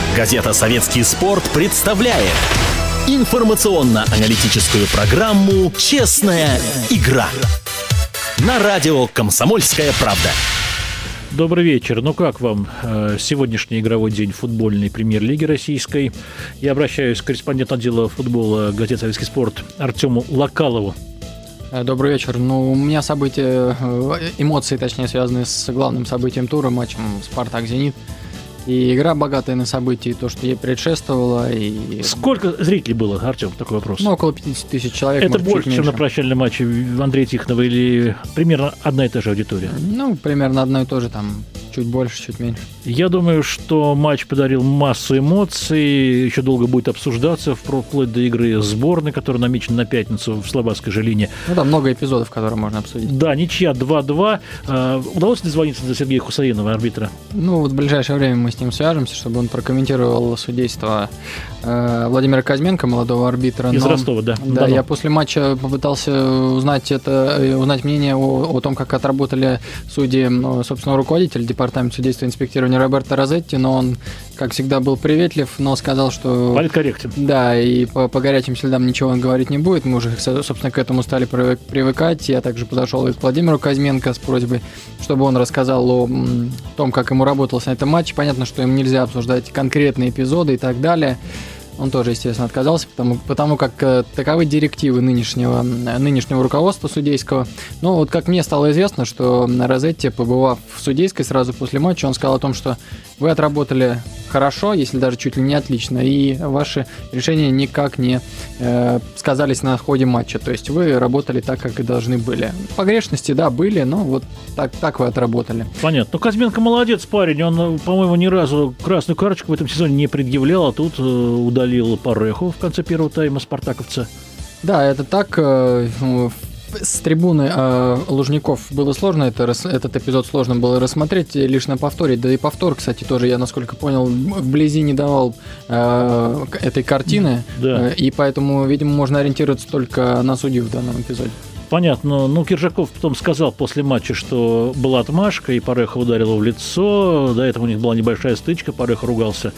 Газета «Советский спорт» представляет информационно-аналитическую программу «Честная игра» на радио «Комсомольская правда». Добрый вечер. Ну как вам сегодняшний игровой день футбольной премьер-лиги российской? Я обращаюсь к корреспонденту отдела футбола газеты «Советский спорт» Артему Локалову. Добрый вечер. Ну, у меня события, эмоции, точнее, связаны с главным событием тура, матчем «Спартак-Зенит». И игра богатая на события, то, что ей предшествовало. И... Сколько зрителей было, Артем, такой вопрос? Ну, около 50 тысяч человек. Это больше, чем на прощальном матче Андрея Тихонова, или примерно одна и та же аудитория? Ну, примерно одно и то же, там, чуть больше, чуть меньше. Я думаю, что матч подарил массу эмоций, еще долго будет обсуждаться, вплоть до игры сборной, которая намечена на пятницу в Слободской Желине. Ну, там много эпизодов, которые можно обсудить. Да, ничья 2-2. Удалось дозвониться до Сергея Хусаинова, арбитра? Ну, вот в ближайшее время мы с ним свяжемся, чтобы он прокомментировал судейство Владимира Козьменко, молодого арбитра. Из Ростова, да. Да, я после матча попытался узнать мнение о том, как отработали судьи, собственно, руководитель департамента судейства и инспектирования Роберто Розетти, но он, как всегда, был приветлив, но сказал, что... Политкорректен. Да, и по горячим следам ничего он говорить не будет, мы уже, собственно, к этому стали привыкать. Я также подошел и к Владимиру Козьменко с просьбой, чтобы он рассказал о том, как ему работалось на этом матче. Понятно, что им нельзя обсуждать конкретные эпизоды и так далее. Он тоже, естественно, отказался, потому как таковы директивы нынешнего руководства судейского. Но вот как мне стало известно, что Розетти, побывав в судейской сразу после матча, он сказал о том, что вы отработали хорошо, если даже чуть ли не отлично, и ваши решения никак не сказались на ходе матча. То есть вы работали так, как и должны были. Погрешности, да, были, но вот так вы отработали. Понятно. Ну, Козьменко молодец парень. Он, по-моему, ни разу красную карточку в этом сезоне не предъявлял, а тут удалил Пареху в конце первого тайма спартаковца. Да, это так. С трибуны Лужников было сложно, этот эпизод сложно было рассмотреть лишь на повторе. Да и повтор, кстати, тоже, я, насколько понял, вблизи не давал этой картины. Да. И поэтому, видимо, можно ориентироваться только на судью в данном эпизоде. Понятно. Ну, Киржаков потом сказал после матча, что была отмашка, и Пареха ударила в лицо. До этого у них была небольшая стычка, Пареха ругался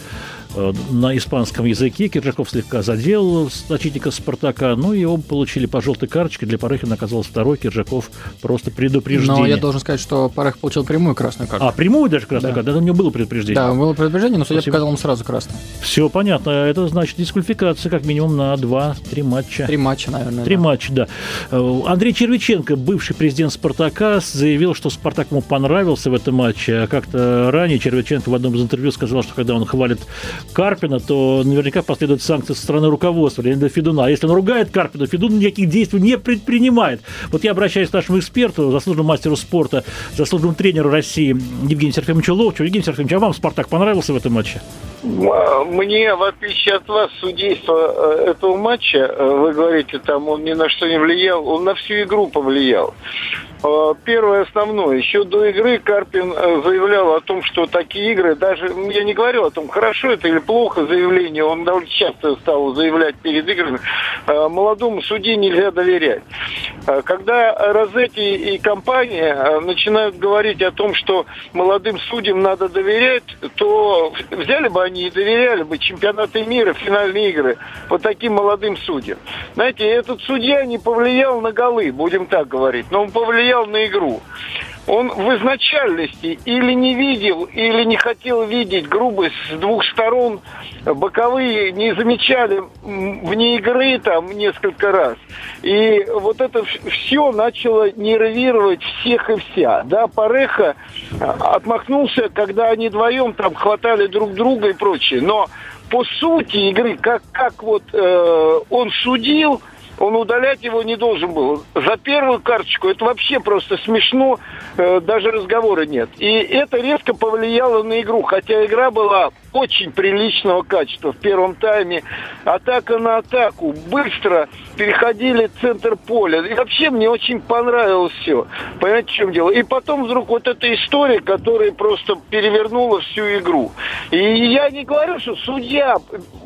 на испанском языке. Киржаков слегка задел защитника «Спартака». Ну и оба получили по желтой карточке. Для Парехина оказалось второй. Киржаков просто предупреждение. Но я должен сказать, что Парех получил прямую красную карту. Прямую даже красную карту? Да, у него было предупреждение. Да, было предупреждение, но судья показал ему сразу красную. Все понятно. Это значит дисквалификация как минимум на 2-3 матча. 3 матча, наверное. 3 матча, да. Андрей Червиченко, бывший президент «Спартака», заявил, что «Спартак» ему понравился в этом матче. А как-то ранее Червиченко в одном из интервью сказал, что когда он хвалит Карпина, то наверняка последуют санкции со стороны руководства Леонида Федуна. А если он ругает Карпина, Федун никаких действий не предпринимает. Вот я обращаюсь к нашему эксперту, заслуженному мастеру спорта, заслуженному тренеру России Евгению Серафимовичу Ловчеву. Евгений Серафимович, а вам «Спартак» понравился в этом матче? Мне, в отличие от вас, судейство этого матча, вы говорите, там он ни на что не влиял, он на всю игру повлиял. Первое основное, еще до игры Карпин заявлял о том, что такие игры, даже я не говорю о том, хорошо это или плохо заявление, он довольно часто стал заявлять перед играми, молодому судье нельзя доверять. Когда Розетти и компания начинают говорить о том, что молодым судьям надо доверять, то взяли бы они и доверяли бы чемпионаты мира, финальные игры по таким молодым судьям. Знаете, этот судья не повлиял на голы, будем так говорить, но он повлиял на игру. Он в изначальности или не видел, или не хотел видеть грубость с двух сторон. Боковые не замечали вне игры там несколько раз. И вот это все начало нервировать всех и вся. Да, Пареха отмахнулся, когда они вдвоем там хватали друг друга и прочее. Но по сути игры, как вот он судил, он удалять его не должен был. За первую карточку это вообще просто смешно, даже разговора нет. И это резко повлияло на игру, хотя игра была очень приличного качества в первом тайме. Атака на атаку, быстро переходили центр поля. И вообще мне очень понравилось все. Понимаете, в чем дело? И потом вдруг вот эта история, которая просто перевернула всю игру. И я не говорю, что судья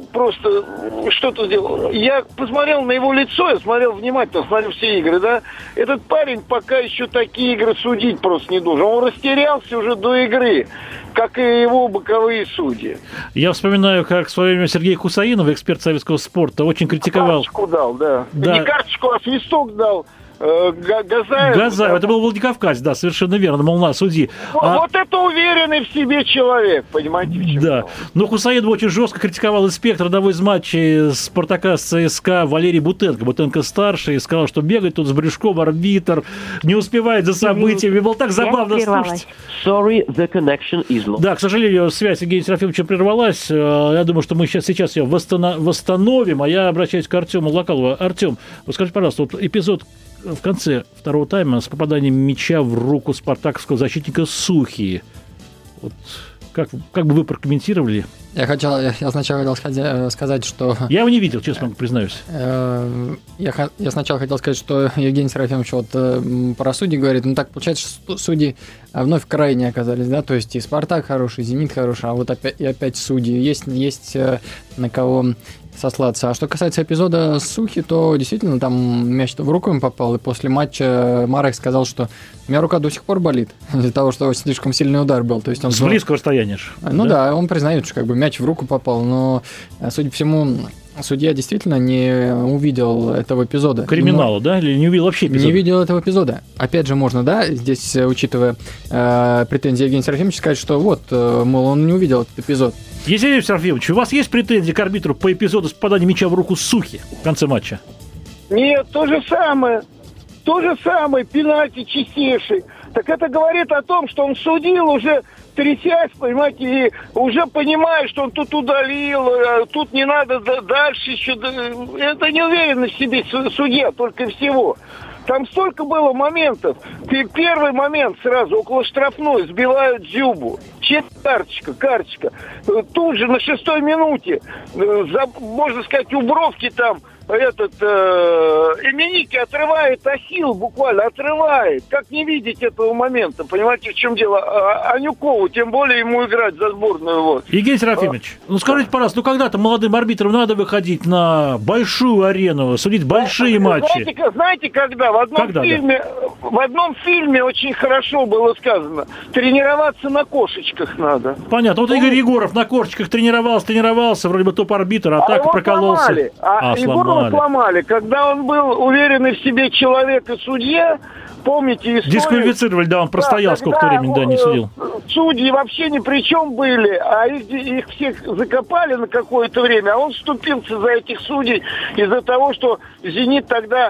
просто что-то сделал. Я посмотрел на его лицо, я смотрел внимательно, смотрел все игры, да. Этот парень пока еще такие игры судить просто не должен. Он растерялся уже до игры, как и его боковые судьи. Я вспоминаю, как в свое время Сергей Хусаинов, эксперт советского спорта, очень критиковал. Карточку дал, да. Да. Не карточку, а свисток дал. Газаев. Это был Владикавказ, да, совершенно верно, мол, на, суди. Вот это уверенный в себе человек, понимаете, в чем да. дело? Но Хусаинов очень жестко критиковал инспектор одного из матчей Спартака с ЦСКА Валерий Бутенко. Бутенко старший, и сказал, что бегает тут с брюшком арбитр, не успевает за событиями. Было так забавно слушать. Sorry, the connection is lost. Да, к сожалению, связь с Евгением Серафимовичем прервалась. Я думаю, что мы сейчас ее восстановим, а я обращаюсь к Артему Локалову. Артем, вот скажите, пожалуйста, вот эпизод в конце второго тайма с попаданием мяча в руку спартаковского защитника Сухи. Вот как бы вы прокомментировали? Я сначала хотел сказать, что... Я его не видел, честно признаюсь. Я сначала хотел сказать, что Евгений Серафимович вот про судьи говорит, ну так получается, что судьи вновь в крайне оказались, да, то есть и Спартак хороший, и Зенит хороший, а вот опять судьи. Есть на кого сослаться. А что касается эпизода Сухи, то действительно там мяч в руку им попал, и после матча Марек сказал, что у меня рука до сих пор болит из-за того, что слишком сильный удар был. То есть он с близкого расстояния. Ну да, он признает, что как бы мяч в руку попал, но, судя по всему, судья действительно не увидел этого эпизода. Криминала, да? Или не увидел вообще эпизода? Не видел этого эпизода. Опять же, можно, да, здесь, учитывая претензии Евгения Серафимовича, сказать, что вот, мол, он не увидел этот эпизод. Евгений Серафимович, у вас есть претензии к арбитру по эпизоду с попаданием мяча в руку Сухи в конце матча? Нет, то же самое, пенальти чистейший. Так это говорит о том, что он судил уже трясясь, понимаете, и уже понимает, что он тут удалил, тут не надо дальше еще. Это неуверенность в себе судья, только всего. Там столько было моментов. Первый момент сразу около штрафной сбивают Дзюбу. Карточка. Тут же на 6-й минуте, можно сказать, у Бровки там Именики отрывает ахилл, буквально отрывает. Как не видеть этого момента? Понимаете, в чем дело? Анюкову, тем более ему играть за сборную. Вот. Евгений Серафимович, скажите, пожалуйста, когда-то молодым арбитрам надо выходить на большую арену, судить большие матчи. Знаете, когда? В одном фильме очень хорошо было сказано: тренироваться на кошечках надо. Понятно. Вот Игорь Егоров на кошечках тренировался, вроде бы топ-арбитр, а так прокололся. Сломали. Когда он был уверенный в себе человек и судья, помните историю... Дисквалифицировали, да, он простоял сколько времени, не судил. Судьи вообще ни при чем были, а их всех закопали на какое-то время, а он вступился за этих судей из-за того, что «Зенит» тогда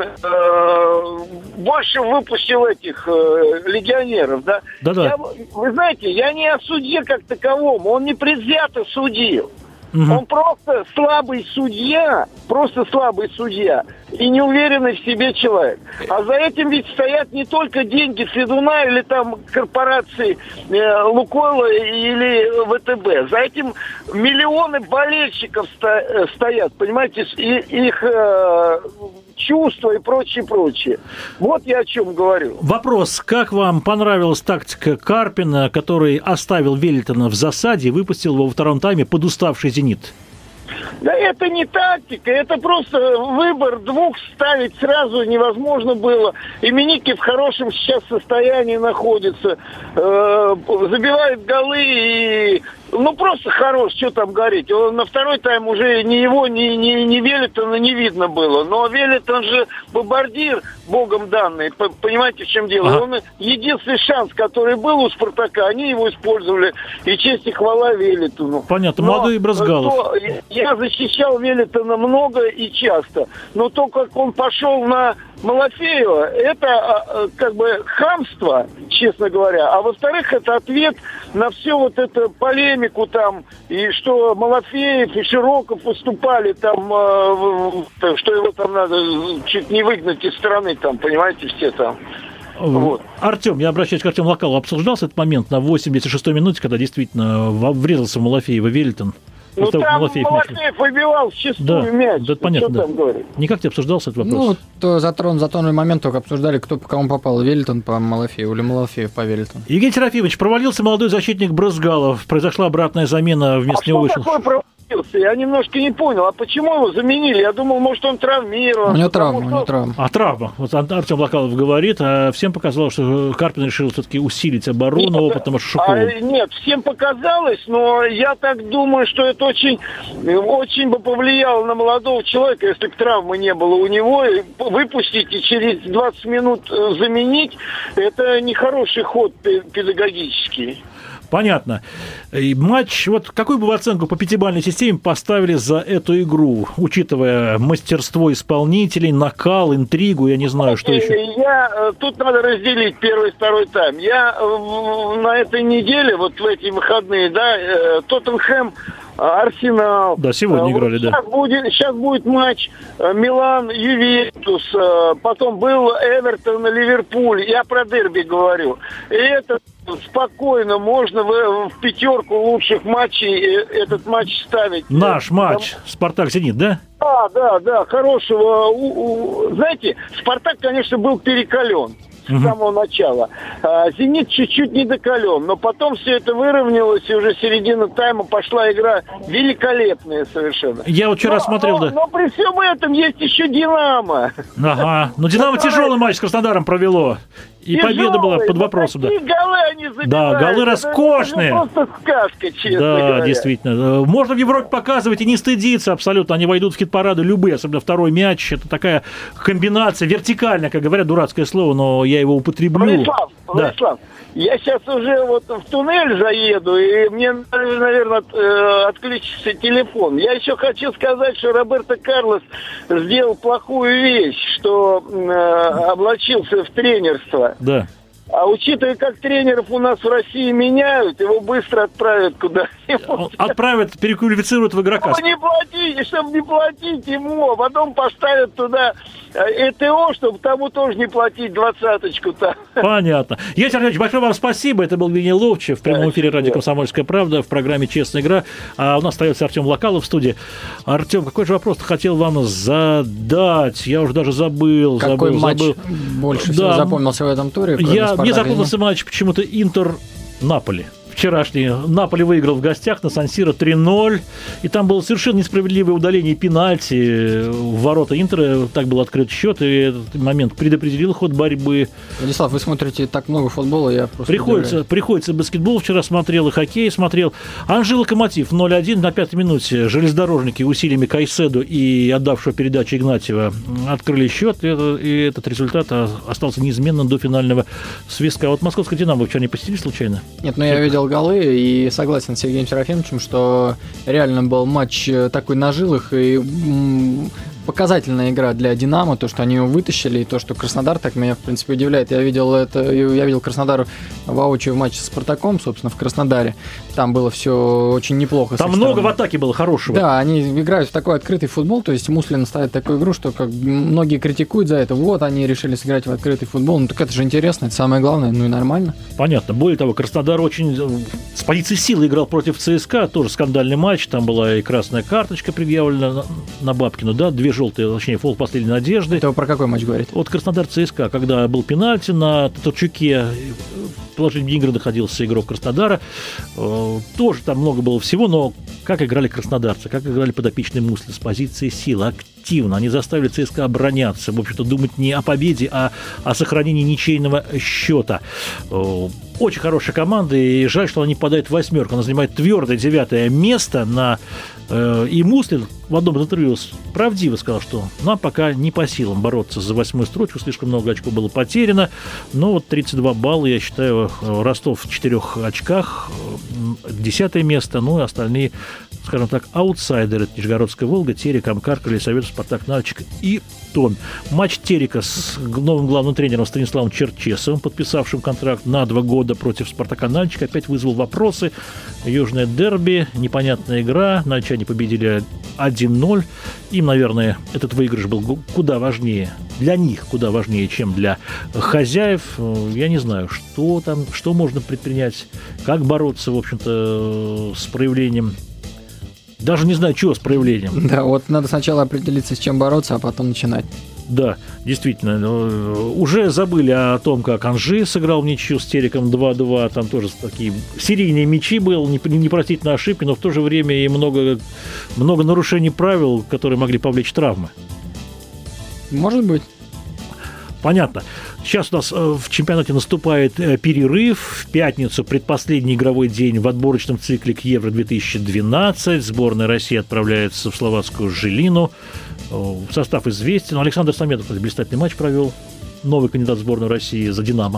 больше выпустил этих легионеров, да? Да-да. Вы знаете, я не о судье как таковом, он не предвзято судил. Он просто слабый судья и неуверенный в себе человек. А за этим ведь стоят не только деньги Федуна или там корпорации Лукойла или ВТБ. За этим миллионы болельщиков стоят, понимаете, их чувства и прочее. Вот я о чем говорю. Вопрос. Как вам понравилась тактика Карпина, который оставил Веллитона в засаде и выпустил его во втором тайме под уставший «Зенит»? Да это не тактика, это просто выбор двух ставить сразу невозможно было. Именики в хорошем сейчас состоянии находятся, забивает голы и... просто хорош, что там говорить. На второй тайм уже ни его, ни Веллитона не видно было. Но Веллитон же бомбардир, богом данный. Понимаете, в чем дело? Он единственный шанс, который был у «Спартака», они его использовали. И честь и хвала Веллитону. Понятно, молодой Брызгалов. Я защищал Веллитона много и часто. Но то, как он пошел на Малафеева, это как бы хамство, честно говоря. А во-вторых, это ответ на все вот это полемику там, и что Малафеев и Широков выступали там, что его там надо чуть не выгнать из страны там, понимаете, все там. Вот. Артем, я обращаюсь к Артему Локалову. Обсуждался этот момент на 86-й минуте, когда действительно врезался в Малафеева Веллитон? Там Малафеев выбивал чистую мяч. Да, понятно, да. Никак не обсуждался этот вопрос? То затронутый момент только обсуждали, кто по кому попал. Веллитон по Малафееву или Малафеев по Веллитону. Евгений Серафимович, провалился молодой защитник Брызгалов. Произошла обратная замена, вместо него вышел... Я немножко не понял, а почему его заменили? Я думал, может, он травмирован. У него травма. А травма. Вот Артем Локалов говорит, а всем показалось, что Карпин решил все-таки усилить оборону опытом Шишуковым. Нет, всем показалось, но я так думаю, что это очень бы повлияло на молодого человека, если бы травмы не было у него. Выпустить и через 20 минут заменить, это нехороший ход педагогический. Понятно. И матч, вот какую бы вы оценку по пятибалльной системе поставили за эту игру, учитывая мастерство исполнителей, накал, интригу, я не знаю, что еще? Тут надо разделить первый и второй тайм. Я на этой неделе, вот в эти выходные, да, Тоттенхэм, Арсенал. Да, сегодня играли, да. Сейчас будет матч Милан, Ювентус, потом был Эвертон, Ливерпуль. Я про дерби говорю. И это спокойно можно в пятерку лучших матчей этот матч ставить. Наш матч «Спартак-Зенит», да? Да, хорошего. Знаете, «Спартак», конечно, был перекален с самого начала. «Зенит» чуть-чуть недокален, но потом все это выровнялось, и уже середина тайма пошла игра великолепная совершенно. Я вот вчера смотрел, да. Но при всем этом есть еще «Динамо». Ага, но «Динамо» тяжелый матч с Краснодаром провело. И победа была под вопросом, да. Какие голы они забивают? Да, голы роскошные. Это просто сказка, честно говоря. Да, действительно. Можно в Европе показывать и не стыдиться абсолютно. Они войдут в хит-парады любые, особенно второй мяч. Это такая комбинация, вертикальная, как говорят, дурацкое слово, но я его употреблю. Владислав, я сейчас уже вот в туннель заеду, и мне, наверное, отключится телефон. Я еще хочу сказать, что Роберто Карлос сделал плохую вещь, что облачился в тренерство. Да. А учитывая, как тренеров у нас в России меняют, его быстро отправят куда-нибудь. Отправят, переквалифицируют в игрока. Чтобы не платить ему, а потом поставят туда ЭТО, чтобы тому тоже не платить 20-очку-то. Понятно. Евгений Артемович, большое вам спасибо. Это был Евгений Ловчев в прямом эфире радио «Комсомольская правда» в программе «Честная игра». А у нас остается Артем Локалов в студии. Артем, какой же вопрос хотел вам задать? Я уже даже забыл. Какой матч больше всего запомнился в этом туре? Мне запомнился матч почему-то Интер-Наполи. Вчерашний. Наполи выиграл в гостях на Сан-Сиро 3-0. И там было совершенно несправедливое удаление пенальти в ворота Интера. Так был открыт счет, и этот момент предопределил ход борьбы. Владислав, вы смотрите так много футбола, я просто Приходится баскетбол вчера смотрел, и хоккей смотрел. Анжи Локомотив 0-1 на 5-й минуте. Железнодорожники усилиями Кайседо и отдавшего передачу Игнатьева открыли счет. И этот результат остался неизменным до финального свистка. А вот московская «Динамо» вы вчера не посетили случайно? Нет, но я видел голы и согласен с Евгением Серафимовичем, что реально был матч такой на жилах и показательная игра для «Динамо», то, что они его вытащили, и то, что Краснодар так меня, в принципе, удивляет. Я видел Краснодар воочию в матче с «Спартаком», собственно, в Краснодаре. Там было все очень неплохо. Там много в атаке было хорошего. Да, они играют в такой открытый футбол, то есть Муслин ставит такую игру, что как многие критикуют за это. Вот, они решили сыграть в открытый футбол. Ну, так это же интересно, это самое главное, ну и нормально. Понятно. Более того, Краснодар очень с позиции силы играл против ЦСКА, тоже скандальный матч, там была и красная карточка предъявлена на Бабкину, да, две желтые, точнее, фол последней надежды. Это вы про какой матч говорите? Вот Краснодар-ЦСКА, когда был пенальти на Татарчуке, в положении игры находился игрок Краснодара, тоже там много было всего, но как играли краснодарцы, как играли подопечные Мусли с позиции силы, активно, они заставили ЦСКА обороняться, в общем-то, думать не о победе, а о сохранении ничейного счета. Очень хорошая команда, и жаль, что она не попадает в восьмерку. Она занимает твердое 9-е место. И Муслин в одном из интервью правдиво сказал, что нам пока не по силам бороться за 8-ю строчку, слишком много очков было потеряно. Но вот 32 балла, я считаю, Ростов в 4 очках, 10-е место, ну и остальные, скажем так, аутсайдеры. Нижегородская «Волга», Терек, Амкар, Крылья-Советов, Спартак, Нальчик и Томь. Матч Терека с новым главным тренером Станиславом Черчесовым, подписавшим контракт на 2 года против Спартака Нальчика, опять вызвал вопросы. Южное дерби, непонятная игра, нальчане победили 1-0. Им, наверное, этот выигрыш был куда важнее, для них куда важнее, чем для хозяев. Я не знаю, что можно предпринять, как бороться, в общем-то, с проявлением Даже не знаю, чего с проявлением. Да, вот надо сначала определиться, с чем бороться, а потом начинать. Да, действительно. Уже забыли о том, как Анжи сыграл в ничью с Тереком 2-2. Там тоже такие серийные мячи были, непростительные ошибки, но в то же время и много нарушений правил, которые могли повлечь травмы. Может быть. Понятно. Сейчас у нас в чемпионате наступает перерыв. В пятницу предпоследний игровой день в отборочном цикле к Евро-2012. Сборная России отправляется в словацкую Жилину. Состав известен. Александр Самедов блистательный матч провел. Новый кандидат в сборную России за «Динамо».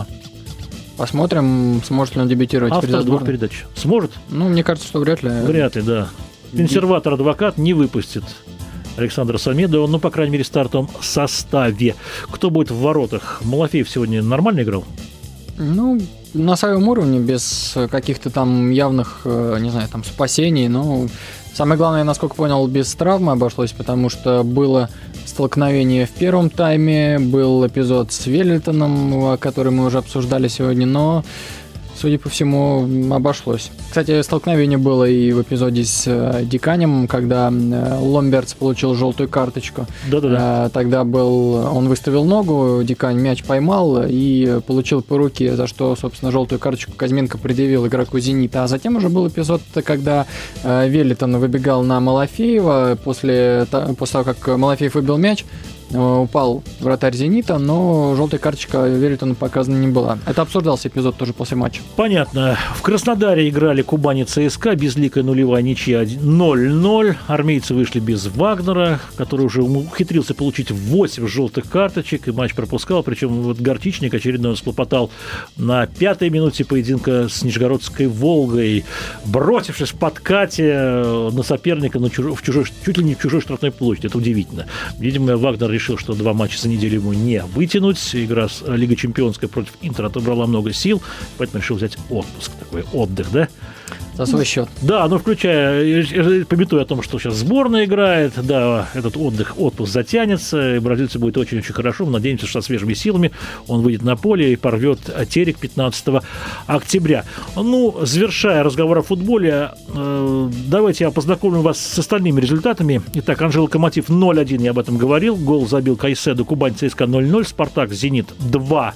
Посмотрим, сможет ли он дебютировать перед Автор двух сборной. передач. Сможет? Ну, мне кажется, что вряд ли. Вряд ли, да. Консерватор-адвокат не выпустит Александра Самедова, ну, по крайней мере, в стартовом составе. Кто будет в воротах? Малафеев сегодня нормально играл? Ну, на своем уровне, без каких-то там явных, не знаю, там спасений, но самое главное, насколько понял, без травмы обошлось, потому что было столкновение в первом тайме, был эпизод с Веллитоном, который мы уже обсуждали сегодня, но, судя по всему, обошлось. Кстати, столкновение было и в эпизоде с Диканем, когда Ломбертс получил желтую карточку. Да-да-да. Тогда он выставил ногу, Дикань мяч поймал и получил по руке, за что, собственно, желтую карточку Казьменко предъявил игроку «Зенита». А затем уже был эпизод, когда Веллитон выбегал на Малафеева. После того, как Малафеев выбил мяч, упал вратарь «Зенита», но желтая карточка Веллитону показана не была. Это обсуждался эпизод тоже после матча. Понятно. В Краснодаре играли Кубань и ЦСКА, безликая нулевая ничья 0-0. Армейцы вышли без Вагнера, который уже ухитрился получить 8 желтых карточек, и матч пропускал. Причем вот Горчичник очередной схлопотал на 5-й минуте поединка с Нижегородской «Волгой», бросившись в подкате на соперника чуть ли не в чужой штрафной площади. Это удивительно. Видимо, Вагнер решил, что 2 матча за неделю ему не вытянуть. Игра с Лига Чемпионская против Интера отобрала много сил, поэтому решил взять отпуск. Такой отдых, да? За свой счет. Да, но включая, памятуя о том, что сейчас сборная играет, да, этот отпуск затянется, и бразильцу будет очень-очень хорошо. Мы надеемся, что со свежими силами он выйдет на поле и порвет Терек 15 октября. Ну, завершая разговор о футболе, давайте я познакомлю вас с остальными результатами. Итак, Анжи Локомотив 0-1, я об этом говорил. Гол забил Кайседо, Кубань ЦСКА 0-0, Спартак Зенит 2-2.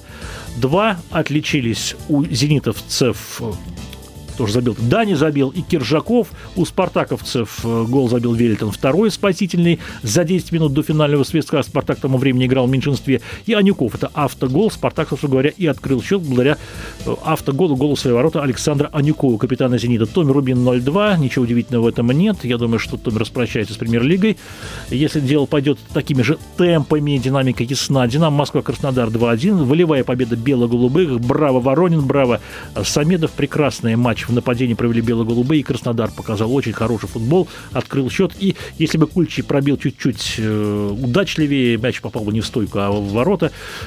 Отличились у зенитовцев... тоже забил. Дани забил и Киржаков. У спартаковцев гол забил Веллитон, второй спасительный. За 10 минут до финального свистка Спартак к тому времени играл в меньшинстве. И Анюков, это автогол. Спартак, собственно говоря, и открыл счет благодаря автоголу, голу в свои ворота Александра Анюкова, капитана «Зенита». Томми Рубин 0-2. Ничего удивительного в этом нет. Я думаю, что Томми распрощается с Премьер-лигой. Если дело пойдет такими же темпами, динамика ясна. «Динамо» Москва, Краснодар 2-1. Волевая победа бело-голубых. Браво, Воронин, браво, Самедов. Прекрасный матч в нападении провели бело-голубые, и Краснодар показал очень хороший футбол, открыл счет, и если бы Кульчи пробил чуть-чуть удачливее, мяч попал бы не в стойку, а в ворота,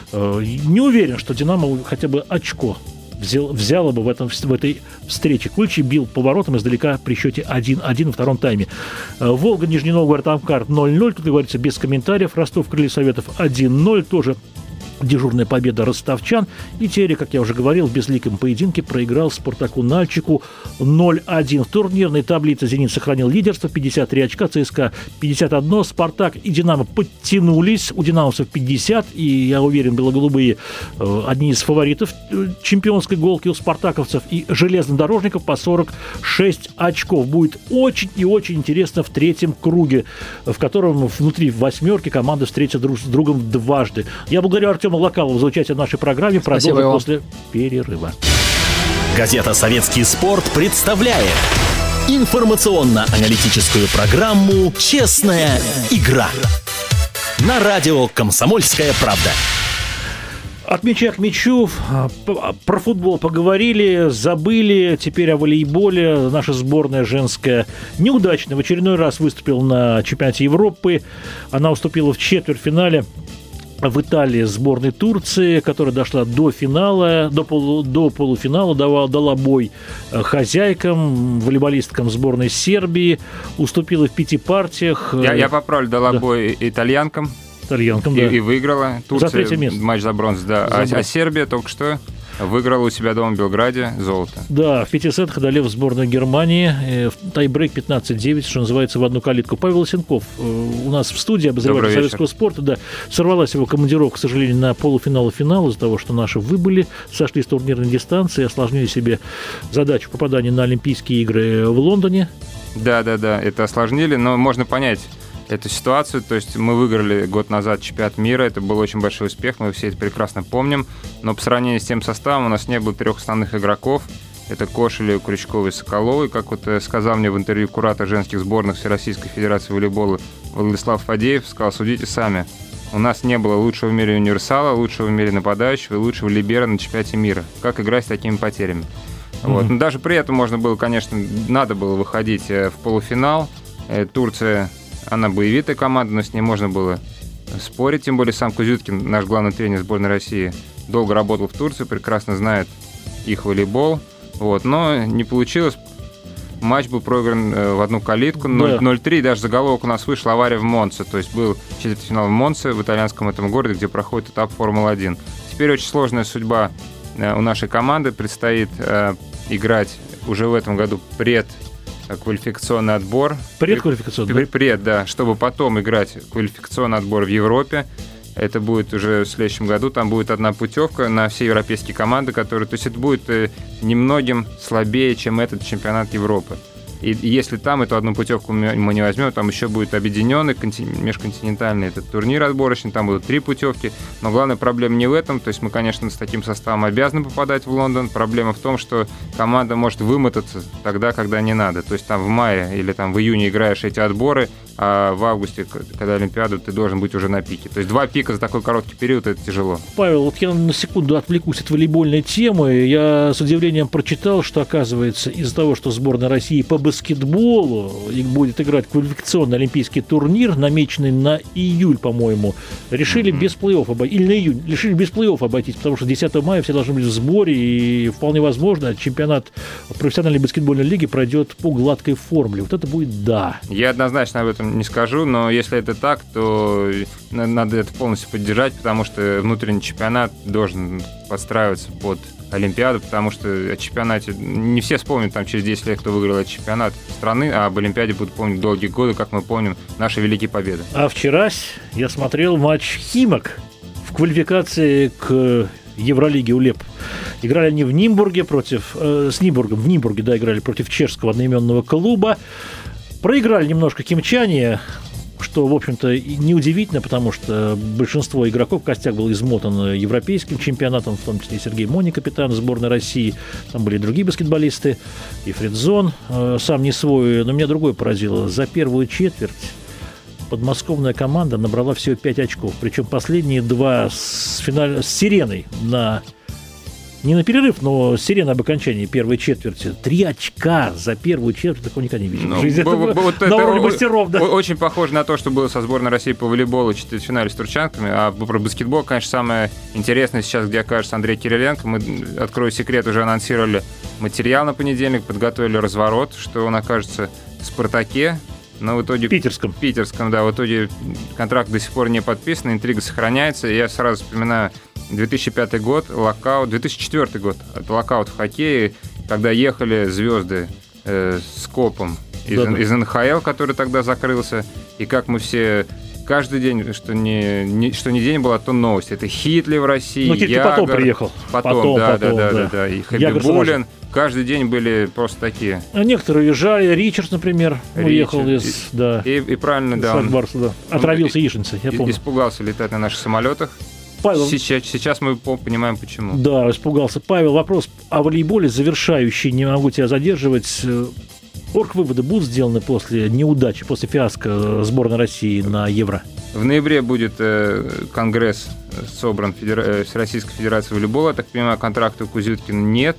не уверен, что «Динамо» хотя бы очко взяла бы в этой встрече. Кульчи бил по воротам издалека при счете 1-1 во втором тайме. Волга, Нижний Новгород, Амкар 0-0, тут говорится без комментариев. Ростов, Крылья Советов 1-0, тоже дежурная победа ростовчан. И Терек, как я уже говорил, в безликом поединке проиграл Спартаку Нальчику 0-1. В турнирной таблице «Зенит» сохранил лидерство, 53 очка, ЦСКА 51, Спартак и «Динамо» подтянулись, у динамовцев 50, и, я уверен, бело-голубые одни из фаворитов чемпионской гонки у спартаковцев, и железнодорожников по 46 очков. Будет очень и очень интересно в третьем круге, в котором внутри восьмерки команды встретятся друг с другом дважды. Я благодарю Артема Локалова за участие в нашей программе. Продолжим после перерыва. Газета «Советский спорт» представляет информационно-аналитическую программу «Честная игра» на радио «Комсомольская правда». От мяча к мячу. Про футбол поговорили, забыли. Теперь о волейболе. Наша сборная женская неудачно в очередной раз выступила на чемпионате Европы. Она уступила в четвертьфинале в Италии сборной Турции, которая дошла до финала, до полуфинала, дала бой хозяйкам, волейболисткам сборной Сербии, уступила в 5 партиях. Я поправлю, дала бой итальянкам. Да. И выиграла. Турция, за 3-е место. Матч за бронзу, да. А Сербия только что Выиграл у себя дома в Белграде золото. Да, в 5 сетах одолев сборную Германии. В тайбрейк 15-9, что называется, в одну калитку. Павел Лысенков у нас в студии, обозреватель советского спорта. Да, сорвалась его командировка, к сожалению, на полуфинал и финал из-за того, что наши выбыли, сошли с турнирной дистанции, осложнили себе задачу попадания на Олимпийские игры в Лондоне. Да, это осложнили, но можно понять эту ситуацию. То есть мы выиграли год назад чемпионат мира, это был очень большой успех, мы все это прекрасно помним, но по сравнению с тем составом у нас не было 3 основных игроков. Это Кошелев, Крючков и Соколовой. Как вот сказал мне в интервью куратор женских сборных Всероссийской Федерации волейбола Владислав Фадеев, сказал: судите сами, у нас не было лучшего в мире универсала, лучшего в мире нападающего и лучшего либера на чемпионате мира. Как играть с такими потерями? Вот. Но даже при этом можно было, конечно, надо было выходить в полуфинал. Турция, она боевитая команда, но с ней можно было спорить. Тем более сам Кузюткин, наш главный тренер сборной России, долго работал в Турции, прекрасно знает их волейбол. Вот. Но не получилось. Матч был проигран в одну калитку, 0-3. Даже заголовок у нас вышел: авария в Монце. То есть был четвертьфинал в Монце, в итальянском этом городе, где проходит этап Формулы-1. Теперь очень сложная судьба у нашей команды. Предстоит играть уже в этом году предквалификационный отбор. Предквалификационный? Да, чтобы потом играть квалификационный отбор в Европе. Это будет уже в следующем году. Там будет одна путевка на все европейские команды, которые... То есть это будет немногим слабее, чем этот чемпионат Европы. И если там эту одну путевку мы не возьмем, там еще будет объединенный межконтинентальный этот турнир отборочный, там будут 3 путевки. Но главная проблема не в этом. То есть мы, конечно, с таким составом обязаны попадать в Лондон. Проблема в том, что команда может вымотаться тогда, когда не надо. То есть там в мае или там в июне играешь эти отборы, а в августе, когда Олимпиада, ты должен быть уже на пике. То есть 2 пика за такой короткий период — это тяжело. Павел, вот я на секунду отвлекусь от волейбольной темы. Я с удивлением прочитал, что, оказывается, из-за того, что сборная России по баскетболу будет играть квалификационный олимпийский турнир, намеченный на июль, по-моему, решили без плей-офф обойтись, или на июнь, решили без плей-офф обойтись, потому что 10 мая все должны быть в сборе, и вполне возможно, чемпионат профессиональной баскетбольной лиги пройдет по гладкой формуле. Вот это будет да. Я однозначно об этом не скажу, но если это так, то надо это полностью поддержать, потому что внутренний чемпионат должен подстраиваться под Олимпиаду, потому что о чемпионате не все вспомнят там через 10 лет, кто выиграл этот чемпионат страны, а об Олимпиаде будут помнить долгие годы, как мы помним наши великие победы. А вчера я смотрел матч «Химок» в квалификации к Евролиге УЛЕП. Играли они в Нимбурге с Нимбургом, в Нимбурге, да, играли против чешского одноименного клуба. Проиграли немножко химчане, что, в общем-то, неудивительно, потому что большинство игроков, костяк был измотан европейским чемпионатом, в том числе и Сергей Мони, капитан сборной России. Там были и другие баскетболисты, и Фридзон сам не свой. Но меня другое поразило. За первую четверть подмосковная команда набрала всего 5 очков. Причем последние 2 с «Сиреной» не на перерыв, но «Сирена» об окончании первой четверти. 3 очка за первую четверть, такого никогда не видел. На уровне мастеров, да. Очень похоже на то, что было со сборной России по волейболу в четвертьфинале с турчанками. А про баскетбол, конечно, самое интересное сейчас, где окажется Андрей Кириленко. Мы, открою секрет, уже анонсировали материал на понедельник, подготовили разворот, что он окажется в «Спартаке». Но в итоге... Питерском, да. В итоге контракт до сих пор не подписан, интрига сохраняется. И я сразу вспоминаю 2005 год, локаут, 2004 год, это локаут в хоккее, когда ехали звезды с копом из НХЛ, который тогда закрылся, и как мы все... Каждый день, что не день была, то новость. Это Хитли в России, Ягор. Потом приехал. Потом, да. И Хабибуллин. Каждый день были просто такие. А некоторые уезжали. Ричард, например, уехал из... Да. И правильно, да. Отравился яичницей, я помню. Испугался летать на наших самолетах. Павел, сейчас мы понимаем, почему. Да, испугался. Павел, вопрос о волейболе завершающий. Не могу тебя задерживать. Оргвыводы будут сделаны после неудачи, после фиаско сборной России на Евро? В ноябре будет конгресс собран Всероссийской Федерации волейбола. Я так понимаю, контракта у Кузюткина нет.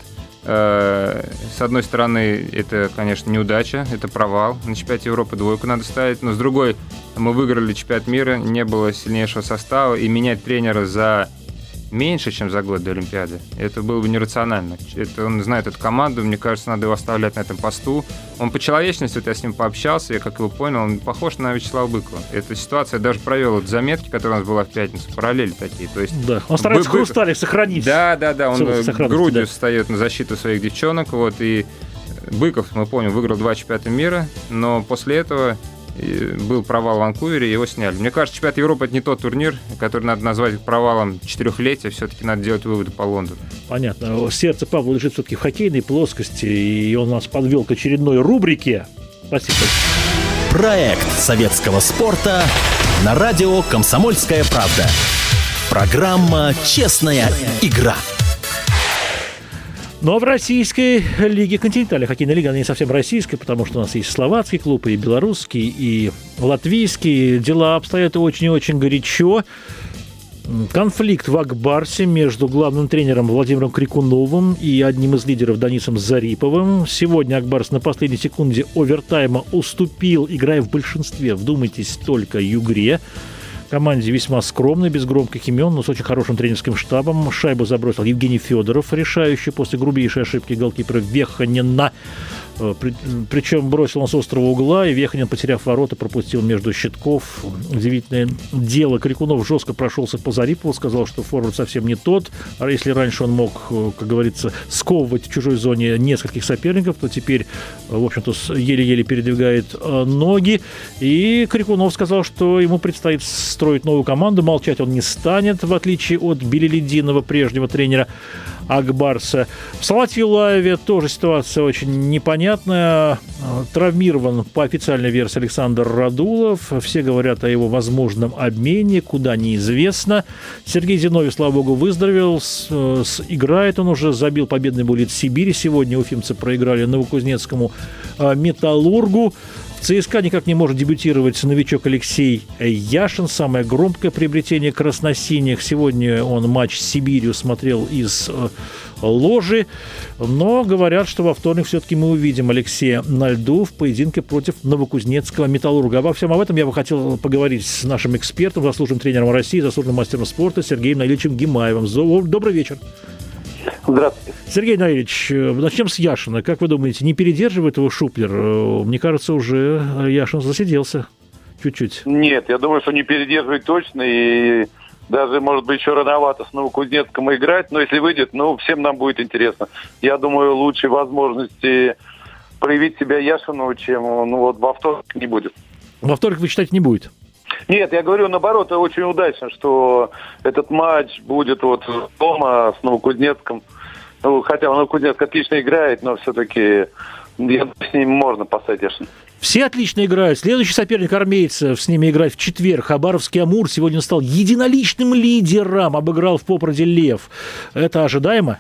С одной стороны, это, конечно, неудача, это провал. На чемпионате Европы 2 надо ставить. Но с другой, мы выиграли чемпионат мира, не было сильнейшего состава. И менять тренера за меньше, чем за год до Олимпиады. Это было бы нерационально. Он знает эту команду, мне кажется, надо его оставлять на этом посту. Он по человечности, я с ним пообщался, я как его понял, он похож на Вячеслава Быкова. Эта ситуация, я даже провел заметки, которые у нас была в пятницу, параллели такие. То есть, да, он старается Хрусталик сохранить. Да, он грудью встает на защиту своих девчонок, и Быков, мы помним, выиграл 2 чемпионата мира, но после этого был провал в Ванкувере, его сняли. Мне кажется, чемпионат Европы — это не тот турнир, который надо назвать провалом 4-летия, все-таки надо делать выводы по Лондону. Понятно. Сердце Павла лежит все-таки в хоккейной плоскости, и он нас подвел к очередной рубрике. Спасибо. Проект советского спорта на радио «Комсомольская правда». Программа «Честная игра». Но в российской лиге, континентальной хоккейной лиге, она не совсем российская, потому что у нас есть словацкий клуб, и белорусский, и латвийский. Дела обстоят очень и очень горячо. Конфликт в Ак-Барсе между главным тренером Владимиром Крикуновым и одним из лидеров Данисом Зариповым. Сегодня Ак-Барс на последней секунде овертайма уступил, играя в большинстве, вдумайтесь, только Югре. Команде весьма скромной, без громких имен, но с очень хорошим тренерским штабом. Шайбу забросил Евгений Федоров, решающий после грубейшей ошибки голкипера Веханина. Причем бросил он с острого угла, и Веханин, потеряв ворота, пропустил между щитков. Удивительное дело. Крикунов жестко прошелся по Зарипову, сказал, что форвард совсем не тот. А если раньше он мог, как говорится, сковывать в чужой зоне нескольких соперников, то теперь, в общем-то, еле-еле передвигает ноги. И Крикунов сказал, что ему предстоит строить новую команду. Молчать он не станет, в отличие от Белелединова, прежнего тренера Ак-Барса. В Салавате Юлаеве тоже ситуация очень непонятная. Травмирован, по официальной версии, Александр Радулов. Все говорят о его возможном обмене, куда неизвестно. Сергей Зиновьев, слава богу, выздоровел. Играет он уже, забил победный буллит Сибири. Сегодня уфимцы проиграли Новокузнецкому Металлургу. В ЦСКА никак не может дебютировать новичок Алексей Яшин. Самое громкое приобретение красносиних. Сегодня он матч с Сибирью смотрел из ложи. Но говорят, что во вторник все-таки мы увидим Алексея на льду в поединке против Новокузнецкого Металлурга. Обо всем об этом я бы хотел поговорить с нашим экспертом, заслуженным тренером России, заслуженным мастером спорта Сергеем Наилевичем Гимаевым. Добрый вечер. Здравствуйте. Сергей Наилевич, начнем с Яшина. Как вы думаете, не передерживает его Шуплер? Мне кажется, уже Яшин засиделся чуть-чуть. Нет, я думаю, что не передерживает точно. И даже, может быть, еще рановато с Новокузнецком играть. Но если выйдет, всем нам будет интересно. Я думаю, лучшей возможности проявить себя Яшину, чем во вторник не будет. Во вторник, вы считаете, не будет? Нет, я говорю, наоборот, это очень удачно, что этот матч будет дома с Новокузнецком. Хотя Новокузнецк отлично играет, но все-таки с ним можно поставить Яшина. Все отлично играют. Следующий соперник армейцев с ними играет в четверг. Хабаровский «Амур» сегодня стал единоличным лидером. Обыграл в Попроде «Лев». Это ожидаемо?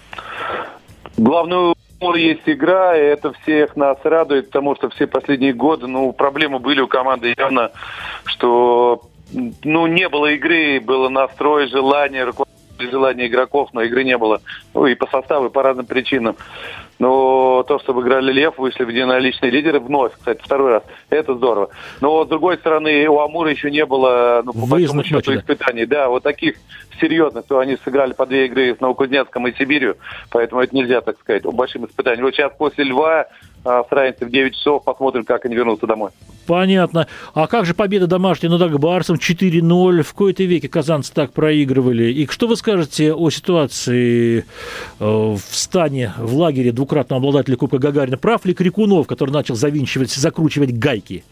Главную есть игра, и это всех нас радует, потому что все последние годы, проблемы были у команды явно, что, не было игры, было настрой, желание игроков, но игры не было. И по составу, и по разным причинам. Но то, что выиграли «Лев», вышли в единоличные лидеры вновь, кстати, второй раз, это здорово. Но, с другой стороны, у «Амура» еще не было, по большому счету, испытаний. Да, вот таких серьезных, то они сыграли по 2 игры с Новокузнецком и Сибирью, поэтому это нельзя, так сказать, большим испытанием. Вот сейчас после «Льва» с разницей в 9 часов посмотрим, как они вернутся домой. Понятно. А как же победа домашняя над Ак-Барсом 4-0? В кои-то веке казанцы так проигрывали. И что вы скажете о ситуации в стане, в лагере двукратного обладателя Кубка Гагарина? Прав ли Крикунов, который начал закручивать гайки?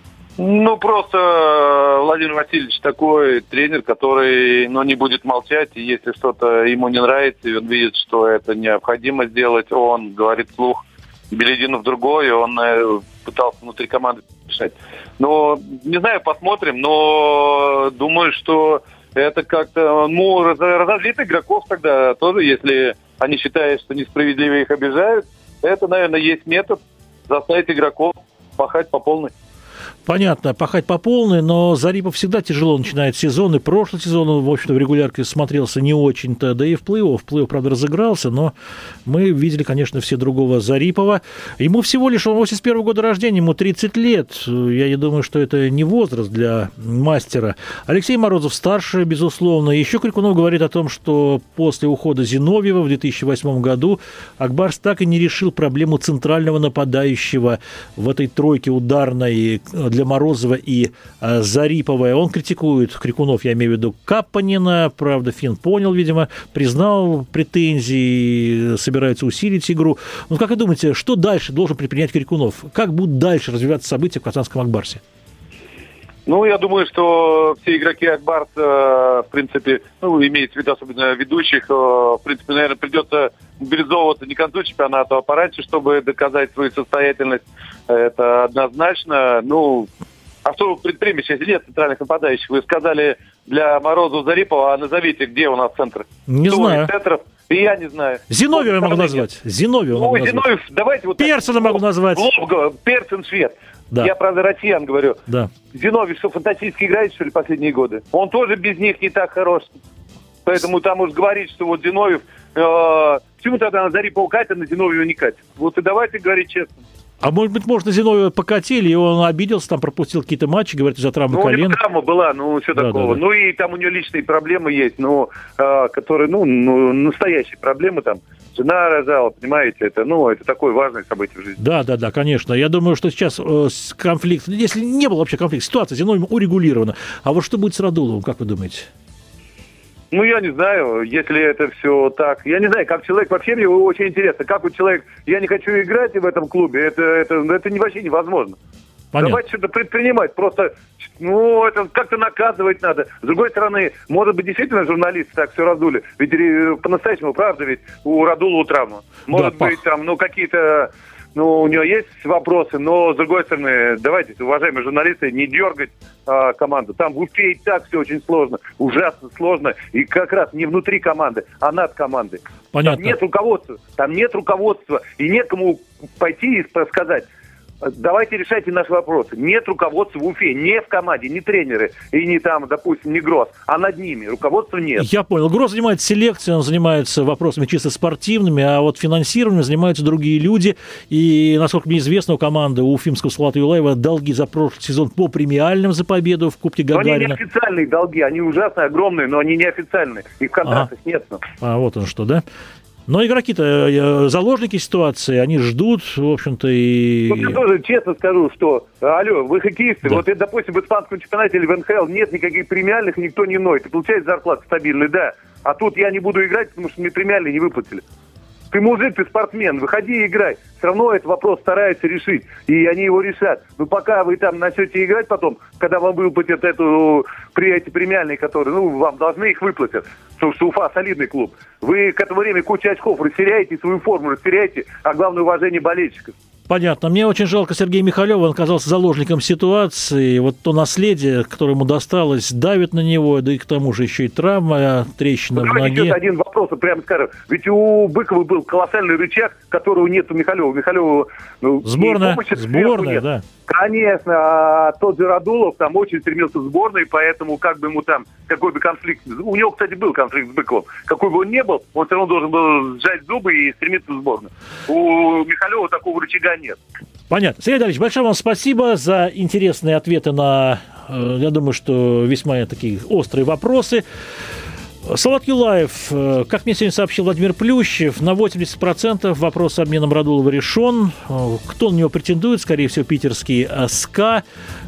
Просто Владимир Васильевич такой тренер, который, не будет молчать, и если что-то ему не нравится, и он видит, что это необходимо сделать, он говорит вслух. Белединов другой, он пытался внутри команды решать. Не знаю, посмотрим, но думаю, что это как-то, разозлит игроков тогда тоже, если они считают, что несправедливо их обижают. Это, наверное, есть метод заставить игроков пахать по полной. Понятно, пахать по полной, но Зарипов всегда тяжело начинает сезон, и прошлый сезон он, в общем-то, в регулярке смотрелся не очень-то, да и в плей-офф. В плей-офф, правда, разыгрался, но мы видели, конечно, все другого Зарипова. Ему всего лишь, он 81 года рождения, ему 30 лет. Я не думаю, что это не возраст для мастера. Алексей Морозов старше, безусловно. Еще Крикунов говорит о том, что после ухода Зиновьева в 2008 году Ак-Барс так и не решил проблему центрального нападающего в этой тройке ударной для Морозова и Зарипова. Он критикует, Крикунов, я имею в виду, Каппанина. Правда, Финн понял, видимо, признал претензии, собирается усилить игру. Ну, как вы думаете, что дальше должен предпринять Крикунов? Как будут дальше развиваться события в казанском Ак-Барсе? Ну, я думаю, что все игроки Ак-Барса, в принципе, имеется в виду особенно ведущих, в принципе, наверное, придется мобилизовываться не к концу чемпионата, а пораньше, чтобы доказать свою состоятельность. Это однозначно. Ну, а что вы предпримете, если нет центральных нападающих? Вы сказали для Морозова, Зарипова, а назовите, где у нас центр? Не знаю. Центров? И я не знаю. Зиновьева могу назвать. Зиновьева могу назвать. Зиновьев, давайте вот... Персона могу назвать. Персон швед. Да. Я, правда, россиян говорю. Да. Зиновьев что, фантастически играет, что ли, последние годы? Он тоже без них не так хорош. Поэтому там уж говорить, что вот Зиновьев... почему тогда на Зарипова катит, на Зиновьева не катит? Вот и давайте говорить честно. А может быть, можно Зиновьева покатили, и он обиделся, там пропустил какие-то матчи, говорит, из-за травмы колена. У него травма была, все такого. Да. Ну, и там у него личные проблемы есть, которые, настоящие проблемы там. Жена рожала, понимаете, это такое важное событие в жизни. Да, конечно. Я думаю, что сейчас конфликт, если не было вообще конфликта, ситуация с Зиновьевым урегулирована. А вот что будет с Радуловым, как вы думаете? Ну, я не знаю, если это все так. Я не знаю, как человек, вообще мне очень интересно, как вот человек, я не хочу играть в этом клубе, это вообще невозможно. Понятно. Давайте что-то предпринимать, просто, это как-то наказывать надо. С другой стороны, может быть, действительно журналисты так все раздули, ведь по-настоящему, правда, ведь у Радулова травма. Может быть, там, какие-то... у него есть вопросы, но, с другой стороны, давайте, уважаемые журналисты, не дергать команду. Там в Уфе и так все очень сложно, ужасно сложно, и как раз не внутри команды, а над командой. Понятно. Там нет руководства, и некому пойти и сказать... Давайте решайте наши вопросы. Нет руководства в Уфе, не в команде, не тренеры, и не там, допустим, не Гроз, а над ними. Руководства нет. Я понял. Гроз занимается селекцией, он занимается вопросами чисто спортивными, а вот финансированием занимаются другие люди. И, насколько мне известно, у команды у уфимского Салавата Юлаева долги за прошлый сезон по премиальным за победу в Кубке Гагарина. Но они не официальные долги, они ужасные, огромные, но они не официальные. Их в контрактах нет. Вот он что, да? Но игроки-то заложники ситуации, они ждут, в общем-то, и... Я тоже честно скажу, что, вы хоккеисты, да. Вот, допустим, в испанском чемпионате или в НХЛ нет никаких премиальных, никто не ноет. Ты получаешь зарплату стабильную, да. А тут я не буду играть, потому что мне премиальные не выплатили. Ты мужик, ты спортсмен, выходи и играй. Все равно этот вопрос стараются решить, и они его решат. Но пока вы там начнете играть потом, когда вам выплатят эти премиальные, которые, вам должны их выплатят, потому что Уфа солидный клуб. Вы к этому времени кучу очков растеряете, свою форму растеряете, а главное уважение болельщиков. Понятно. Мне очень жалко Сергея Михалева, он оказался заложником ситуации. Вот то наследие, которое ему досталось, давит на него, да и к тому же еще и травма, трещина в ноге. Еще один вопрос, прямо скажем. Ведь у Быкова был колоссальный рычаг, которого нет у Михалева. Михалева сборная, да. Конечно, а тот же Радулов там очень стремился в сборную, поэтому как бы ему там, какой бы конфликт... У него, кстати, был конфликт с Быковым. Какой бы он ни был, он все равно должен был сжать зубы и стремиться в сборную. У Михалева такого рычага нет. Понятно. Сергей Витальевич, большое вам спасибо за интересные ответы на, я думаю, что весьма такие острые вопросы. Салават Юлаев, как мне сегодня сообщил Владимир Плющев, на 80% вопрос с обменом Радулова решен. Кто на него претендует? Скорее всего, питерский СКА.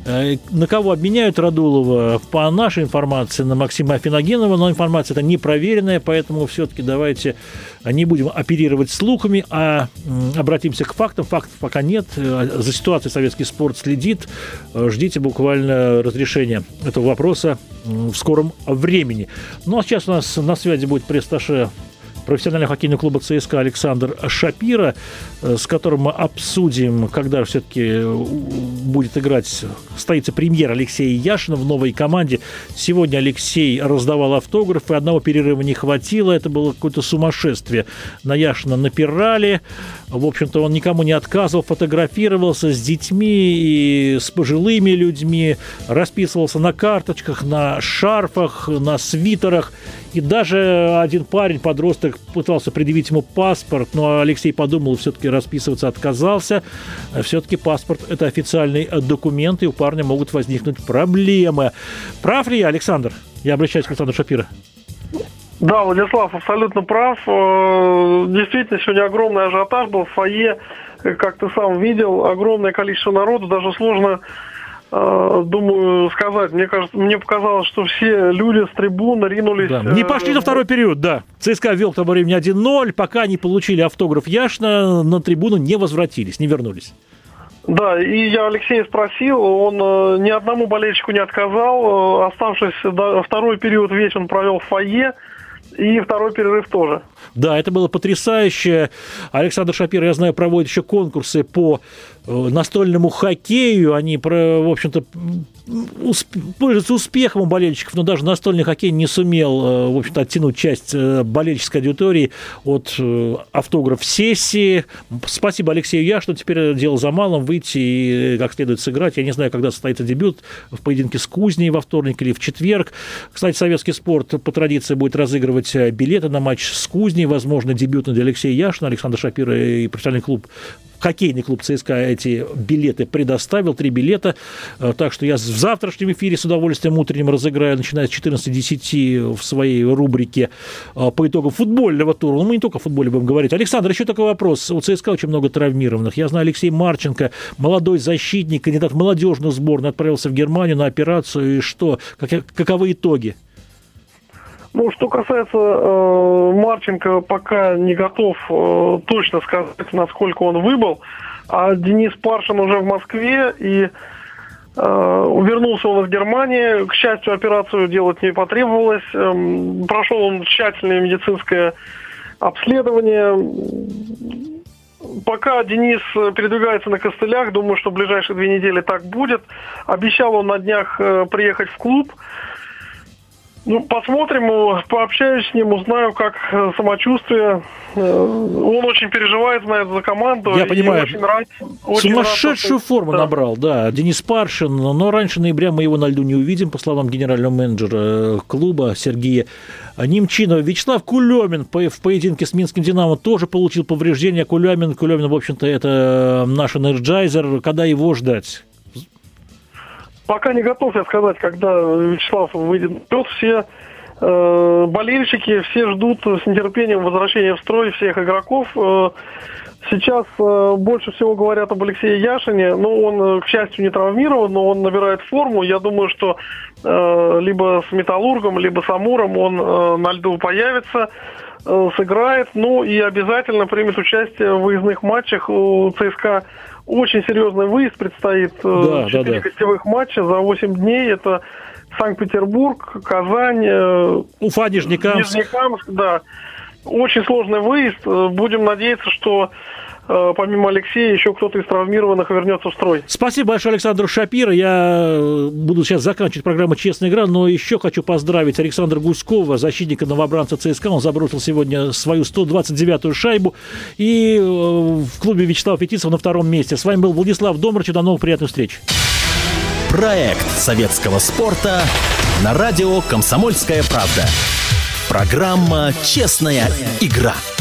На кого обменяют Радулова? По нашей информации, на Максима Афиногенова, но информация эта непроверенная, поэтому все-таки давайте не будем оперировать слухами, а обратимся к фактам. Фактов пока нет. За ситуацией советский спорт следит. Ждите буквально разрешения этого вопроса в скором времени. Ну а сейчас у нас на связи будет пресс-атташе профессионального хоккейного клуба ЦСКА Александр Шапира, с которым мы обсудим, когда все-таки будет играть, состоится премьера Алексея Яшина в новой команде. Сегодня Алексей раздавал автографы, одного перерыва не хватило, это было какое-то сумасшествие. На Яшина напирали, в общем-то, он никому не отказывал, фотографировался с детьми и с пожилыми людьми, расписывался на карточках, на шарфах, на свитерах. И даже один парень, подросток, пытался предъявить ему паспорт, но Алексей подумал и все-таки расписываться отказался. Все-таки паспорт – это официальный документ, и у парня могут возникнуть проблемы. Прав ли я, Александр? Я обращаюсь к Александру Шапира. Да, Владислав абсолютно прав. Действительно, сегодня огромный ажиотаж был в фойе. Как ты сам видел, огромное количество народу, даже сложно, думаю, сказать. Мне показалось, что все люди с трибун ринулись... Да. Не пошли на второй период, да. ЦСКА вел к тому времени 1-0, пока не получили автограф Яшина, на трибуну не возвратились, не вернулись. Да, и я Алексея спросил, он ни одному болельщику не отказал. Оставшись второй период весь он провел в фойе. И второй перерыв тоже. Да, это было потрясающе. Александр Шапира, я знаю, проводит еще конкурсы по настольному хоккею. Они, в общем-то, пользуются успехом у болельщиков, но даже настольный хоккей не сумел, в общем-то, оттянуть часть болельческой аудитории от автограф-сессии. Спасибо Алексею Яшину. Теперь дело за малым — выйти и как следует сыграть. Я не знаю, когда состоится дебют, в поединке с Кузней во вторник или в четверг. Кстати, Советский спорт по традиции будет разыгрывать билеты на матч с Кузней. Возможно, дебютный для Алексея Яшина. Александр Шапира и профессиональный клуб, хоккейный клуб ЦСКА эти билеты предоставил, 3 билета. Так что я в завтрашнем эфире с удовольствием утренним разыграю, начиная с 14:10 в своей рубрике по итогам футбольного тура. Но мы не только о футболе будем говорить. Александр, еще такой вопрос. У ЦСКА очень много травмированных. Я знаю, Алексей Марченко, молодой защитник, кандидат в молодежную сборную, отправился в Германию на операцию. И что? Каковы итоги? Ну, что касается Марченко, пока не готов точно сказать, насколько он выбыл. А Денис Паршин уже в Москве, и вернулся он из Германии. К счастью, операцию делать не потребовалось. Прошел он тщательное медицинское обследование. Пока Денис передвигается на костылях, думаю, что в ближайшие 2 недели так будет. Обещал он на днях приехать в клуб. Ну, посмотрим, пообщаюсь с ним, узнаю, как самочувствие. Он очень переживает, знает за команду. Я понимаю. Очень сумасшедшую форму набрал, да. Денис Паршин. Но раньше ноября мы его на льду не увидим, по словам генерального менеджера клуба Сергея Немчинова. Вячеслав Кулемин в поединке с Минским «Динамо» тоже получил повреждения. Кулемин, в общем-то, это наш энерджайзер. Когда его ждать? Пока не готов я сказать, когда Вячеслав выйдет вперед. Все болельщики, все ждут с нетерпением возвращения в строй всех игроков. Сейчас больше всего говорят об Алексее Яшине. Ну, он, к счастью, не травмирован, но он набирает форму. Я думаю, что либо с «Металлургом», либо с «Амуром» он на льду появится, сыграет. Ну, и обязательно примет участие в выездных матчах. У ЦСКА очень серьезный выезд предстоит. 4 гостевых матча за 8 дней. Это Санкт-Петербург, Казань, Уфа, Нижнекамск. Да. Очень сложный выезд. Будем надеяться, что помимо Алексея еще кто-то из травмированных вернется в строй. Спасибо большое Александру Шапира. Я буду сейчас заканчивать программу «Честная игра», но еще хочу поздравить Александра Гуськова, защитника новобранца ЦСКА. Он забросил сегодня свою 129-ю шайбу. И в клубе Вячеслава Фетисова на 2-м месте. С вами был Владислав Домрачев. До новых приятных встреч. Проект советского спорта на радио «Комсомольская правда». Программа «Честная игра».